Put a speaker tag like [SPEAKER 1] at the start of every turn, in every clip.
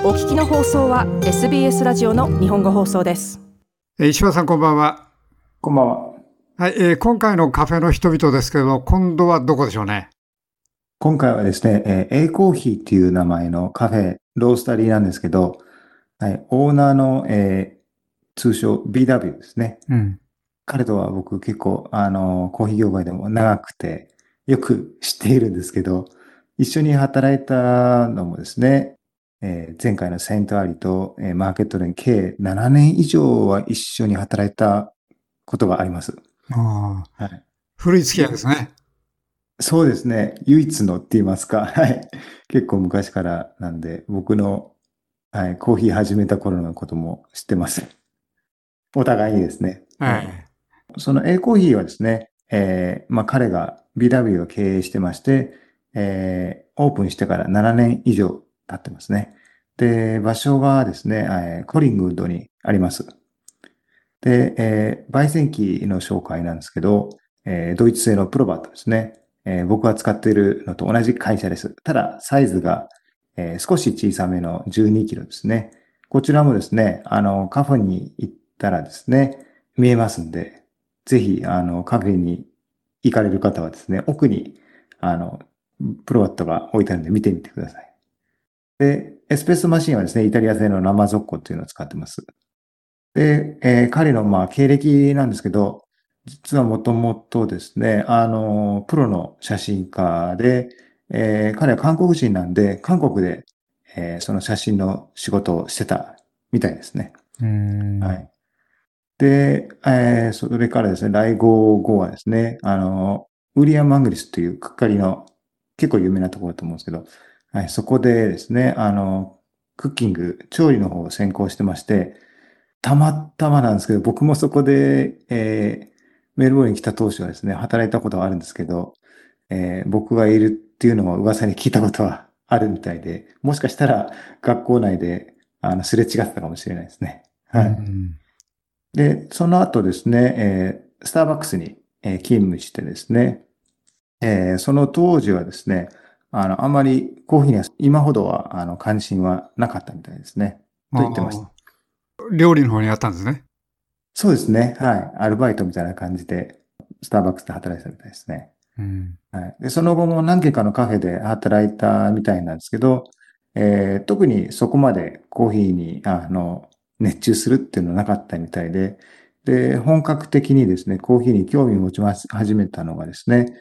[SPEAKER 1] お聞きの放送は SBS ラジオの日本語放送です。
[SPEAKER 2] 石破さん、こんばんは。
[SPEAKER 3] こんばんは。
[SPEAKER 2] はい、今回のカフェの人々ですけど、今度はどこでしょうね。
[SPEAKER 3] 今回はですね、Aコーヒーっていう名前のカフェ、ロースタリーなんですけど、はい、オーナーの、通称 BW ですね。彼とは僕結構、コーヒー業界でも長くて、よく知っているんですけど、一緒に働いたのもですね、前回のセントアリと、マーケットで計7年以上は一緒に働いたことがあります。
[SPEAKER 2] はい、
[SPEAKER 3] はい、
[SPEAKER 2] 古い付き合いですね。
[SPEAKER 3] そうですね。唯一のって言いますか。はい。結構昔からなんで、僕の、はい、コーヒー始めた頃のことも知ってます。お互いにですね。
[SPEAKER 2] はい。
[SPEAKER 3] その A コーヒーはですね、彼が BW を経営してまして、オープンしてから7年以上経ってますね。で、場所がですね、コリングウッドにあります。で、焙煎機の紹介なんですけど、ドイツ製のプロバットですね。僕が使っているのと同じ会社です。ただ、サイズが、少し小さめの12キロですね。こちらもですね、カフェに行ったらですね、見えますんで、ぜひ、カフェに行かれる方はですね、奥に、プロバットが置いてあるんで見てみてください。で、エスプレッソマシンはですね、イタリア製のラマゾッコっていうのを使ってます。で、彼の経歴なんですけど、実はもともとですね、プロの写真家で、彼は韓国人なんで、韓国で、その写真の仕事をしてたみたいですね。はい。で、それからですね、来号後はですね、ウィリアム・アングリスというくっかりの結構有名なところだと思うんですけど、はい、そこでですね、クッキング、調理の方を専攻してまして、たまたまなんですけど、僕もそこで、メルボルンに来た当初はですね、働いたことがあるんですけど、僕がいるっていうのも噂に聞いたことはあるみたいで、もしかしたら学校内ですれ違ってたかもしれないですね。はい。で、その後ですね、スターバックスに、勤務してですね、その当時はですね、あまりコーヒーには今ほどは、関心はなかったみたいですね。と言ってました。
[SPEAKER 2] 料理の方にあったんですね。
[SPEAKER 3] そうですね。はい。アルバイトみたいな感じで、スターバックスで働いてたみたいですね。はい。で、その後も何軒かのカフェで働いたみたいなんですけど、特にそこまでコーヒーに、熱中するっていうのはなかったみたいで、で、本格的にですね、コーヒーに興味を持ち始めたのがですね、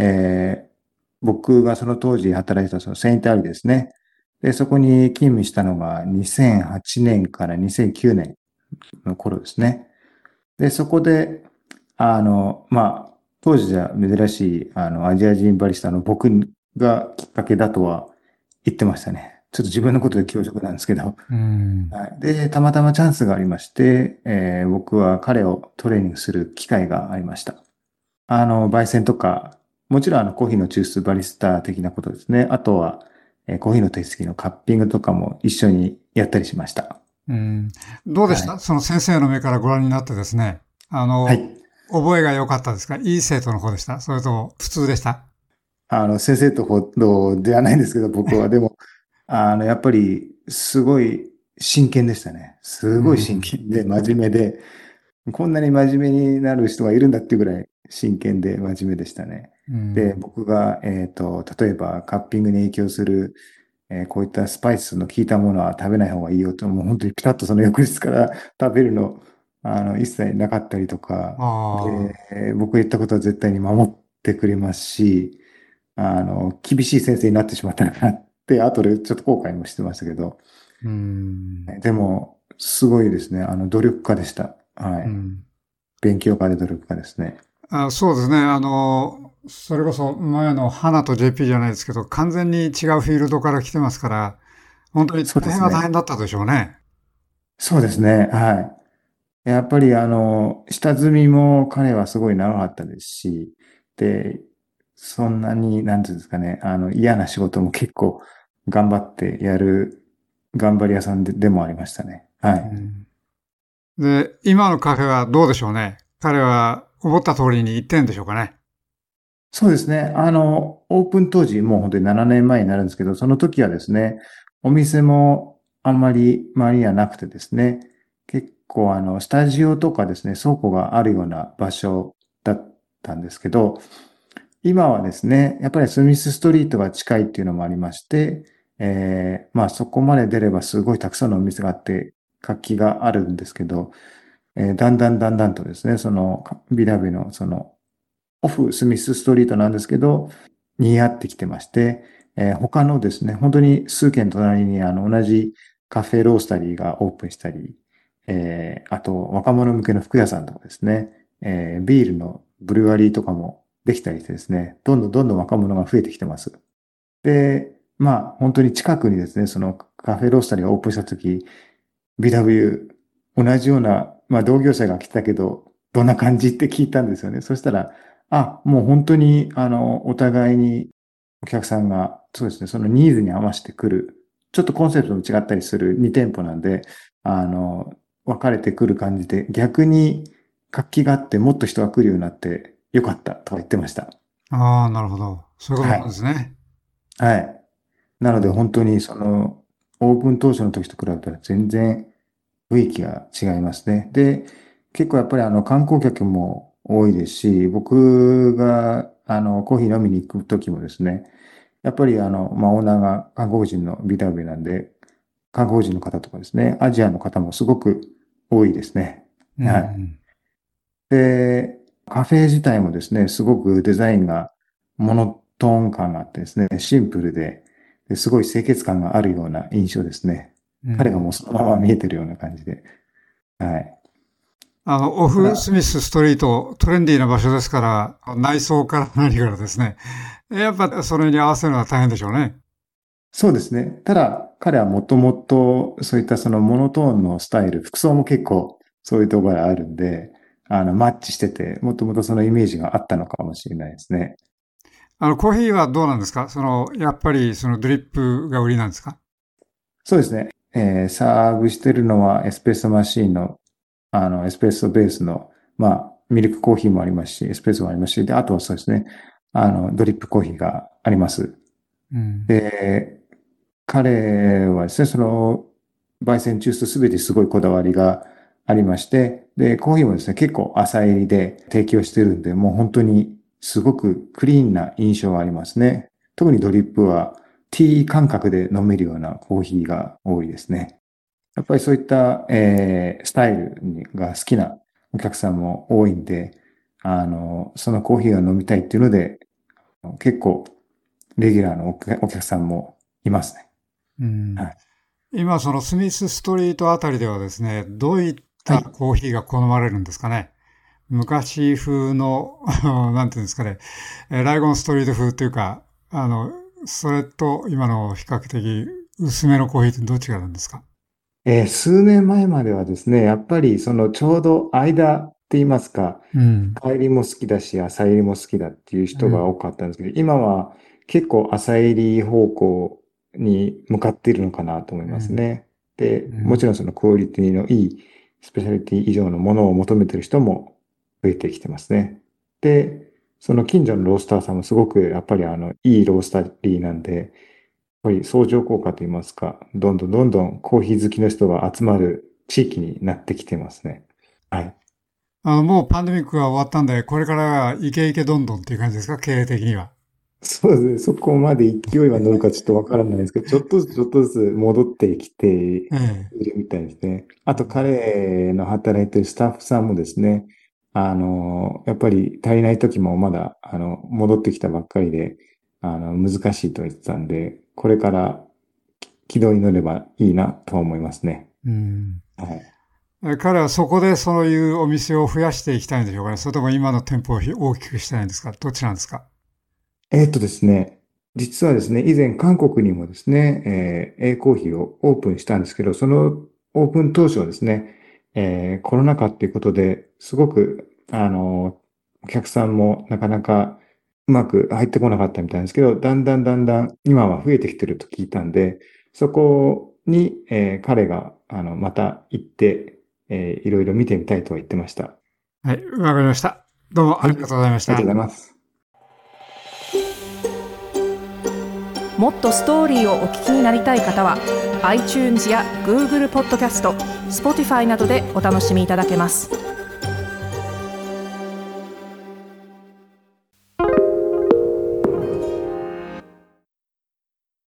[SPEAKER 3] 僕がその当時働いてたそのセイントアリですね。で、そこに勤務したのが2008年から2009年の頃ですね。で、そこで、当時じゃ珍しい、アジア人バリスタの僕がきっかけだとは言ってましたね。ちょっと自分のことで恐縮なんですけど。はい、で、たまたまチャンスがありまして、僕は彼をトレーニングする機会がありました。焙煎とか、もちろんコーヒーの抽出バリスタ的なことですね。あとは、コーヒーの手つきのカッピングとかも一緒にやったりしました。
[SPEAKER 2] どうでした、その先生の目からご覧になってですね。
[SPEAKER 3] はい。
[SPEAKER 2] 覚えが良かったですか？いい生徒の方でした？それとも普通でした？
[SPEAKER 3] 先生とほどではないんですけど、僕は。でも、やっぱり、すごい真剣でしたね。すごい真剣で、真面目で、こんなに真面目になる人がいるんだっていうぐらい真剣で真面目でしたね。で、僕が、例えばカッピングに影響する、こういったスパイスの効いたものは食べない方がいいよと、もう本当にピタッとその翌日から食べるの、一切なかったりとか、で、僕が言ったことは絶対に守ってくれますし、厳しい先生になってしまったなって、後でちょっと後悔もしてましたけど、でも、すごいですね。努力家でした。はい。勉強家で努力家ですね。
[SPEAKER 2] そうですね。それこそ前の花と JP じゃないですけど、完全に違うフィールドから来てますから、本当に大変は大
[SPEAKER 3] そうですね。
[SPEAKER 2] 変だったでしょうね。
[SPEAKER 3] そうですね。はい。やっぱり下積みも彼はすごい長かったですし、で、そんなに、なんていうんですかね、嫌な仕事も結構頑張ってやる、頑張り屋さんでもありましたね。はい。
[SPEAKER 2] で、今のカフェはどうでしょうね。彼は思った通りに言ってんでしょうかね。
[SPEAKER 3] そうですね。オープン当時、もう本当に7年前になるんですけど、その時はですね、お店も、 あんまり周りにはなくてですね、結構スタジオとかですね、倉庫があるような場所だったんですけど、今はですね、やっぱりスミスストリートが近いっていうのもありまして、まあそこまで出ればすごいたくさんのお店があって活気があるんですけど、だんだんとですね、そのビダビのそのオフスミスストリートなんですけど、賑わってきてまして、他のですね、本当に数軒隣に同じカフェロースタリーがオープンしたり、あと若者向けの服屋さんとかですね、ビールのブルワリーとかもできたりしてですね、どんどん若者が増えてきてます。で、まあ本当に近くにですね、そのカフェロースタリーがオープンした時、BW 同じような、まあ同業者が来たけど、どんな感じって聞いたんですよね。そしたら、もう本当に、お互いにお客さんが、そうですね、そのニーズに合わせてくる、ちょっとコンセプトの違ったりする2店舗なんで、あの、分かれてくる感じで、逆に活気があってもっと人が来るようになってよかったとか言ってました。
[SPEAKER 2] ああ、なるほど。そういうことなんで
[SPEAKER 3] はい。
[SPEAKER 2] すね。
[SPEAKER 3] はい。なので
[SPEAKER 2] うん。
[SPEAKER 3] 本当にその、オープン当初の時と比べたら全然雰囲気が違いますね。で、結構やっぱり観光客も多いですし、僕がコーヒー飲みに行く時もですね、やっぱりまあオーナーが韓国人のビタビなんで、韓国人の方とかですね、アジアの方もすごく多いですね。
[SPEAKER 2] うん。う
[SPEAKER 3] はい。
[SPEAKER 2] ん。
[SPEAKER 3] で、カフェ自体もですね、すごくデザインがモノトーン感があってですね、シンプルですごい清潔感があるような印象ですね。
[SPEAKER 2] うん。
[SPEAKER 3] 彼がもうそのまま見えてるような感じで。はい。
[SPEAKER 2] オフス
[SPEAKER 3] ただ、
[SPEAKER 2] ミスストリート、トレンディーな場所ですから、内装から何からですね。やっぱそれに合わせるのは大変でしょうね。
[SPEAKER 3] そうですね。ただ、彼はもともとそういったそのモノトーンのスタイル、服装も結構そういうところがあるんで、マッチしてて、もともとそのイメージがあったのかもしれないですね。
[SPEAKER 2] コーヒーはどうなんですか？やっぱりそのドリップが売りなんですか？
[SPEAKER 3] そうですね。サーブしてるのはエスプレッソマシーンの、エスプレッソベースの、まあ、ミルクコーヒーもありますし、エスプレッソもありますし、で、あとはそうですね、ドリップコーヒーがあります。
[SPEAKER 2] うん。
[SPEAKER 3] で、彼はですね、その、焙煎抽出すべてすごいこだわりがありまして、で、コーヒーもですね、結構浅入りで提供してるんで、もう本当にすごくクリーンな印象がありますね。特にドリップはティー感覚で飲めるようなコーヒーが多いですね。やっぱりそういった、スタイルが好きなお客さんも多いんで、そのコーヒーが飲みたいっていうので、結構レギュラーのお客さんもいますね。
[SPEAKER 2] うん。
[SPEAKER 3] はい。
[SPEAKER 2] 今、そのスミスストリートあたりではですね、どういった
[SPEAKER 3] はい。
[SPEAKER 2] コーヒーが好まれるんですかね。昔風の、なんていうんですかね、ライゴンストリート風っていうか、それと今の比較的薄めのコーヒーってどっちがあるんですか？
[SPEAKER 3] 数年前まではですね、やっぱりそのちょうど間って言いますか、
[SPEAKER 2] うん。
[SPEAKER 3] 深入りも好きだし、浅入りも好きだっていう
[SPEAKER 2] うん。
[SPEAKER 3] 人が多かったんですけど、今は結構浅入り方向に向かっているのかなと思い
[SPEAKER 2] うん。
[SPEAKER 3] ますね。で、
[SPEAKER 2] うん。
[SPEAKER 3] もちろんそのクオリティのいいスペシャリティ以上のものを求めている人も増えてきてますね。で、その近所のロースターさんもすごくやっぱりいいロースタリーなんで、やっぱり相乗効果といいますか、どんどんコーヒー好きの人が集まる地域になってきてますね。はい。
[SPEAKER 2] もうパンデミックが終わったんで、これからはイケイケどんどんっていう感じですか？経営的には。
[SPEAKER 3] そうですね。そこまで勢いは乗るかちょっとわからないですけど、ちょっとずつ戻ってきて
[SPEAKER 2] ええ。
[SPEAKER 3] いるみたいですね。あと彼の働いてるスタッフさんもですね、やっぱり足りない時もまだ、戻ってきたばっかりで、難しいと言ってたんで、これから軌道に乗ればいいなと思いますね。
[SPEAKER 2] うん。
[SPEAKER 3] はい。
[SPEAKER 2] 彼はそこでそういうお店を増やしていきたいんでしょうかね。それとも今の店舗を大きくしたいんですか？どっちなんですか？
[SPEAKER 3] ですね、実はですね、以前韓国にもですね、A コーヒーをオープンしたんですけど、そのオープン当初はですね、コロナ禍っていうことで、すごく、お客さんもなかなかうまく入ってこなかったみたいなんですけど、だんだん今は増えてきてると聞いたんで、そこに、彼が、また行って、いろいろ見てみたいとは言ってました。
[SPEAKER 2] はい、わかりました。どうもあ
[SPEAKER 3] はい。あり
[SPEAKER 2] りがとうございました。
[SPEAKER 3] がとうございます。
[SPEAKER 1] もっとストーリーをお聞きになりたい方は iTunes や Google ポッドキャスト、Spotify などでお楽しみいただけます。